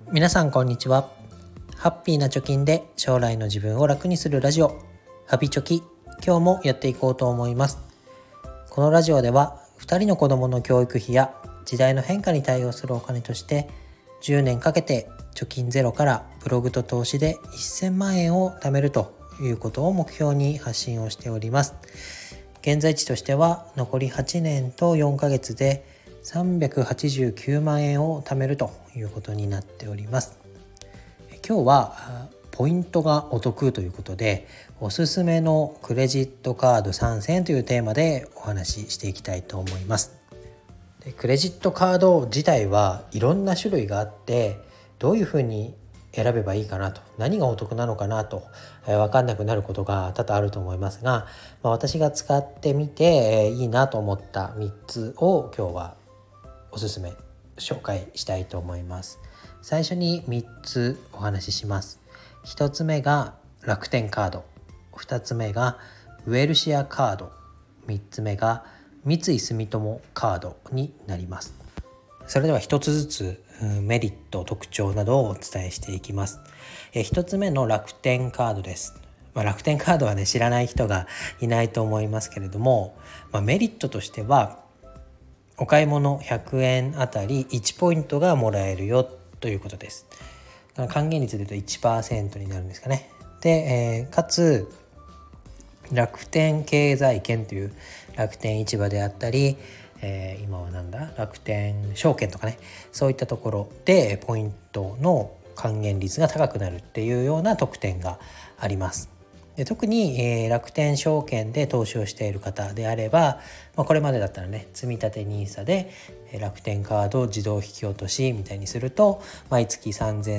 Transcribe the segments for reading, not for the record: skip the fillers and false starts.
皆さんこんにちは。ハッピーな貯金で将来の自分を楽にするラジオ、ハビチョキ、今日もやっていこうと思います。このラジオでは2人の子供の教育費や時代の変化に対応するお金として10年かけて貯金ゼロからブログと投資で1000万円を貯めるということを目標に発信をしております。現在地としては残り8年と4ヶ月で389万円を貯めるということになっております。今日はポイントがお得ということで、おすすめのクレジットカード参戦というテーマでお話ししていきたいと思います。でクレジットカード自体はいろんな種類があって、どういうふうに選べばいいかなと、何がお得なのかなと分かんなくなることが多々あると思いますが、私が使ってみていいなと思った3つを今日はおすすめ紹介したいと思います。最初に3つお話しします。1つ目が楽天カード、2つ目がウェルシアカード、3つ目が三井住友カードになります。それでは1つずつメリット、特徴などをお伝えしていきます。1つ目の楽天カードです。楽天カードはね、知らない人がいないと思いますけれども、メリットとしてはお買い物100円あたり1ポイントがもらえるよということです。還元率で言うと 1% になるんですかね。で、かつ楽天経済圏という楽天市場であったり、今は楽天証券とかね、そういったところでポイントの還元率が高くなるっていうような特典があります。で特に、楽天証券で投資をしている方であれば、これまでだったらね、積立 NISA で楽天カード自動引き落としみたいにすると毎月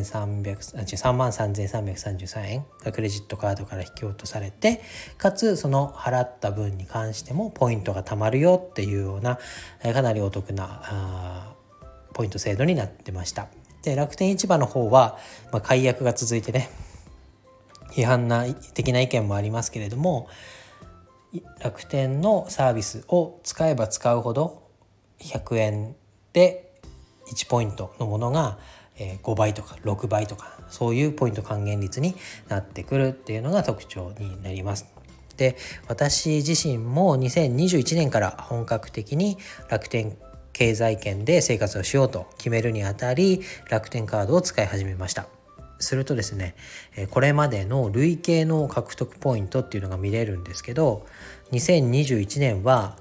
33,333円がクレジットカードから引き落とされて、かつその払った分に関してもポイントが貯まるよっていうようなかなりお得なポイント制度になってました。で楽天市場の方は、解約が続いてね、批判的な意見もありますけれども、楽天のサービスを使えば使うほど100円で1ポイントのものが5倍とか6倍とか、そういうポイント還元率になってくるっていうのが特徴になります。で私自身も2021年から本格的に楽天経済圏で生活をしようと決めるにあたり、楽天カードを使い始めました。するとですね、これまでの累計の獲得ポイントっていうのが見れるんですけど、2021年は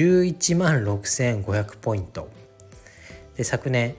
11万6500ポイントで、昨年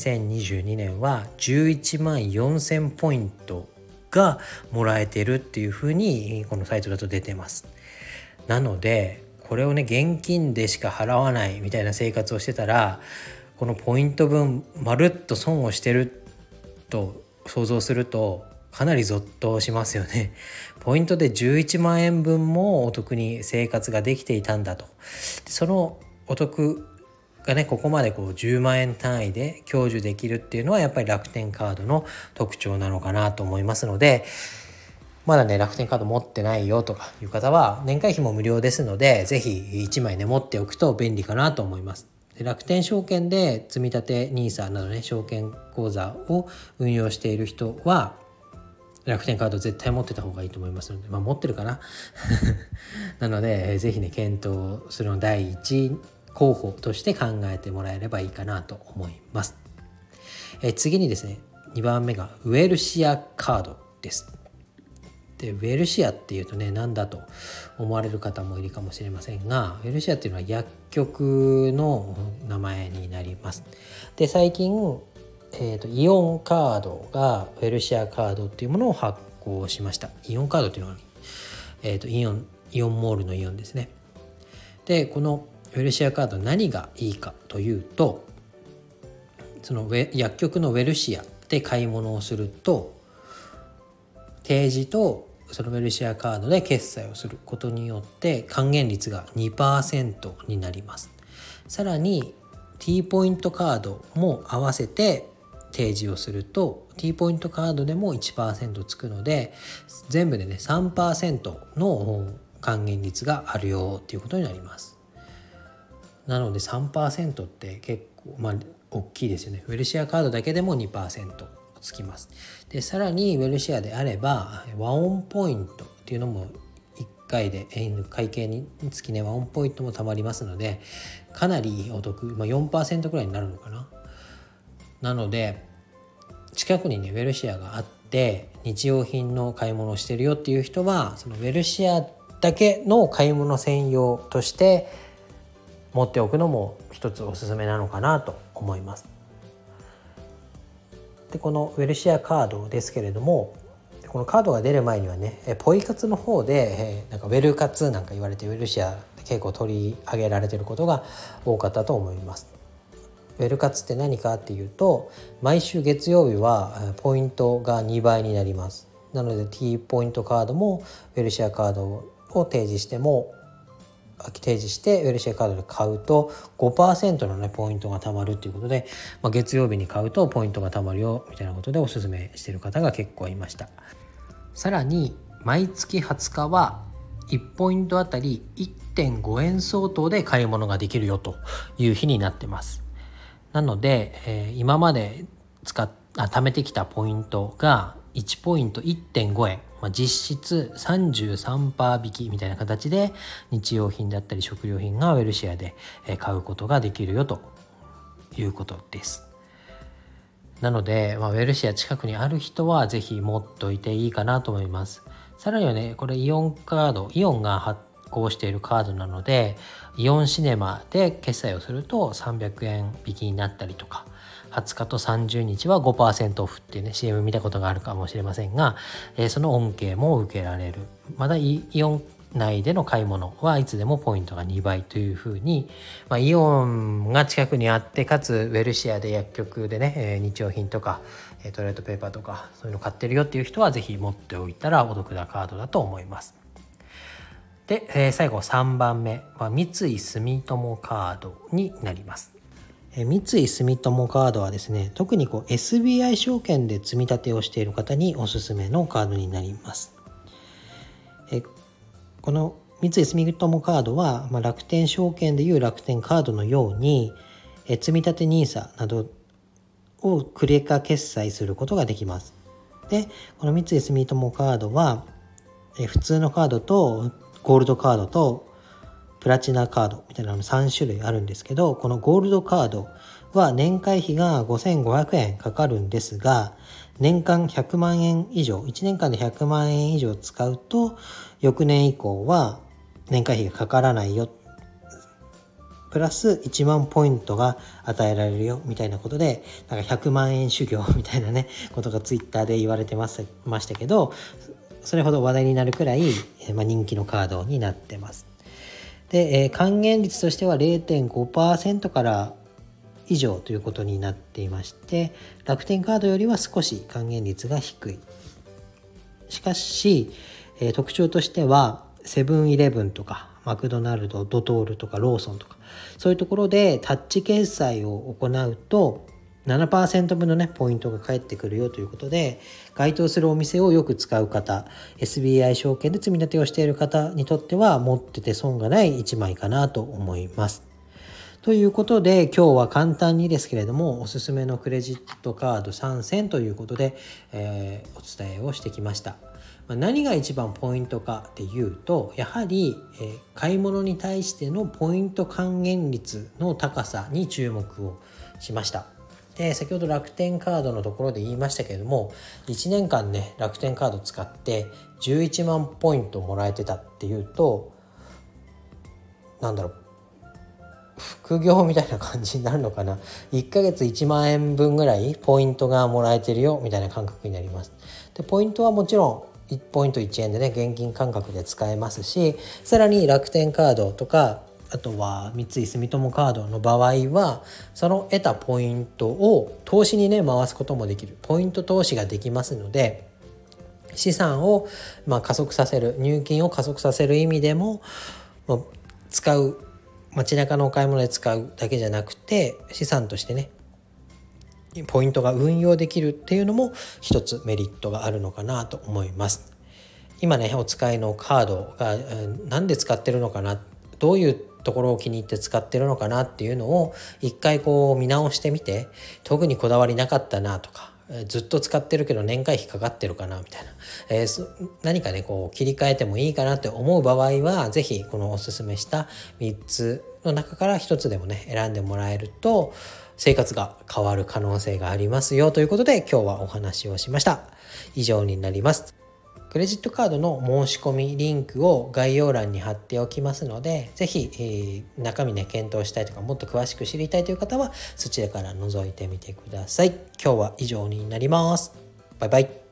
2022年は11万4000ポイントがもらえてるっていう風にこのサイトだと出てます。なのでこれをね、現金でしか払わないみたいな生活をしてたら、このポイント分まるっと損をしてると想像するとかなりゾッとしますよね。ポイントで11万円分もお得に生活ができていたんだと。そのお得がね、ここまで10万円単位で享受できるっていうのはやっぱり楽天カードの特徴なのかなと思いますので、まだね楽天カード持ってないよとかいう方は年会費も無料ですので、ぜひ1枚ね持っておくと便利かなと思います。楽天証券で積立 NISA などね、証券口座を運用している人は楽天カード絶対持ってた方がいいと思いますので、持ってるかななのでぜひね、検討するの第一候補として考えてもらえればいいかなと思います。次にですね、2番目がウェルシアカードです。でウェルシアっていうとね、なんだと思われる方もいるかもしれませんが、ウェルシアっていうのは薬局の名前になります。で最近、イオンカードがウェルシアカードっていうものを発行しました。イオンカードっていうのは、イオンモールのイオンですね。でこのウェルシアカード何がいいかというと、その薬局のウェルシアで買い物をすると、提示とそのウェルシアカードで決済をすることによって還元率が 2% になります。さらに T ポイントカードも合わせて提示をすると T ポイントカードでも 1% つくので、全部でね 3% の還元率があるよっていうことになります。なので 3% って結構大きいですよね。ウェルシアカードだけでも 2%、 つきます。でさらにウェルシアであればワンオンポイントっていうのも1回で会計につきねワンオンポイントもたまりますので、かなりお得、4% くらいになるのかな。なので近くにねウェルシアがあって日用品の買い物をしてるよっていう人は、そのウェルシアだけの買い物専用として持っておくのも一つおすすめなのかなと思います。でこのウェルシアカードですけれども、このカードが出る前にはねポイ活の方でなんかウェル活なんか言われてウェルシア結構取り上げられていることが多かったと思います。ウェル活って何かっていうと、毎週月曜日はポイントが2倍になります。なので T ポイントカードもウェルシアカードを提示してウェルシアカードで買うと 5% の、ポイントが貯まるということで、月曜日に買うとポイントが貯まるよみたいなことでおすすめしている方が結構いました。さらに毎月20日は1ポイントあたり 1.5 円相当で買い物ができるよという日になってます。なので、今まで貯めてきたポイントが1ポイント 1.5 円、実質 33% 引きみたいな形で日用品だったり食料品がウェルシアで買うことができるよということです。なので、ウェルシア近くにある人はぜひ持っといていいかなと思います。さらにはね、これイオンが発行しているカードなので、イオンシネマで決済をすると300円引きになったりとか、20日と30日は 5% オフっていうね CM 見たことがあるかもしれませんが、その恩恵も受けられる。まだイオン内での買い物はいつでもポイントが2倍というふうに、イオンが近くにあって、かつウェルシアで薬局でね、日用品とかトイレットペーパーとかそういうの買ってるよっていう人はぜひ持っておいたらお得なカードだと思います。で、最後3番目は三井住友カードになります。三井住友カードはですね、特にSBI 証券で積み立てをしている方におすすめのカードになります。この三井住友カードは、楽天証券でいう楽天カードのように積み立て NISA などをクレカ決済することができます。で、この三井住友カードは普通のカードとゴールドカードとプラチナカードみたいなの3種類あるんですけど、このゴールドカードは年会費が5500円かかるんですが、年間100万円以上、1年間で100万円以上使うと翌年以降は年会費がかからないよ、プラス1万ポイントが与えられるよみたいなことで、なんか100万円修行みたいなねことがツイッターで言われてましたけど、それほど話題になるくらい、人気のカードになってます。で、還元率としては 0.5% から以上ということになっていまして、楽天カードよりは少し還元率が低い。しかし、特徴としてはセブンイレブンとかマクドナルド、ドトールとかローソンとかそういうところでタッチ決済を行うと 7% 分のねポイントが返ってくるよということで、該当するお店をよく使う方、 SBI 証券で積み立てをしている方にとっては持ってて損がない1枚かなと思います。ということで今日は簡単にですけれどもおすすめのクレジットカード3選ということで、お伝えをしてきました。何が一番ポイントかっていうと、やはり、買い物に対してのポイント還元率の高さに注目をしました。で、先ほど楽天カードのところで言いましたけれども、1年間ね楽天カード使って11万ポイントもらえてたっていうと、副業みたいな感じになるのかな。1ヶ月1万円分ぐらいポイントがもらえてるよみたいな感覚になります。で、ポイントはもちろん1ポイント1円でね現金感覚で使えますし、さらに楽天カードとかあとは三井住友カードの場合はその得たポイントを投資にね回すこともできる、ポイント投資ができますので、資産を加速させる、入金を加速させる意味でも使う、街中のお買い物で使うだけじゃなくて資産としてねポイントが運用できるっていうのも一つメリットがあるのかなと思います。今ねお使いのカードが何で使ってるのかな、どういうところを気に入って使ってるのかなっていうのを一回見直してみて、特にこだわりなかったなとかずっと使ってるけど年会費かかってるかなみたいな、何かねこう切り替えてもいいかなって思う場合は是非このおすすめした3つの中から1つでもね選んでもらえると生活が変わる可能性がありますよということで今日はお話をしました。以上になります。クレジットカードの申し込みリンクを概要欄に貼っておきますので、ぜひ、中身ね検討したいとかもっと詳しく知りたいという方はそちらから覗いてみてください。今日は以上になります。バイバイ。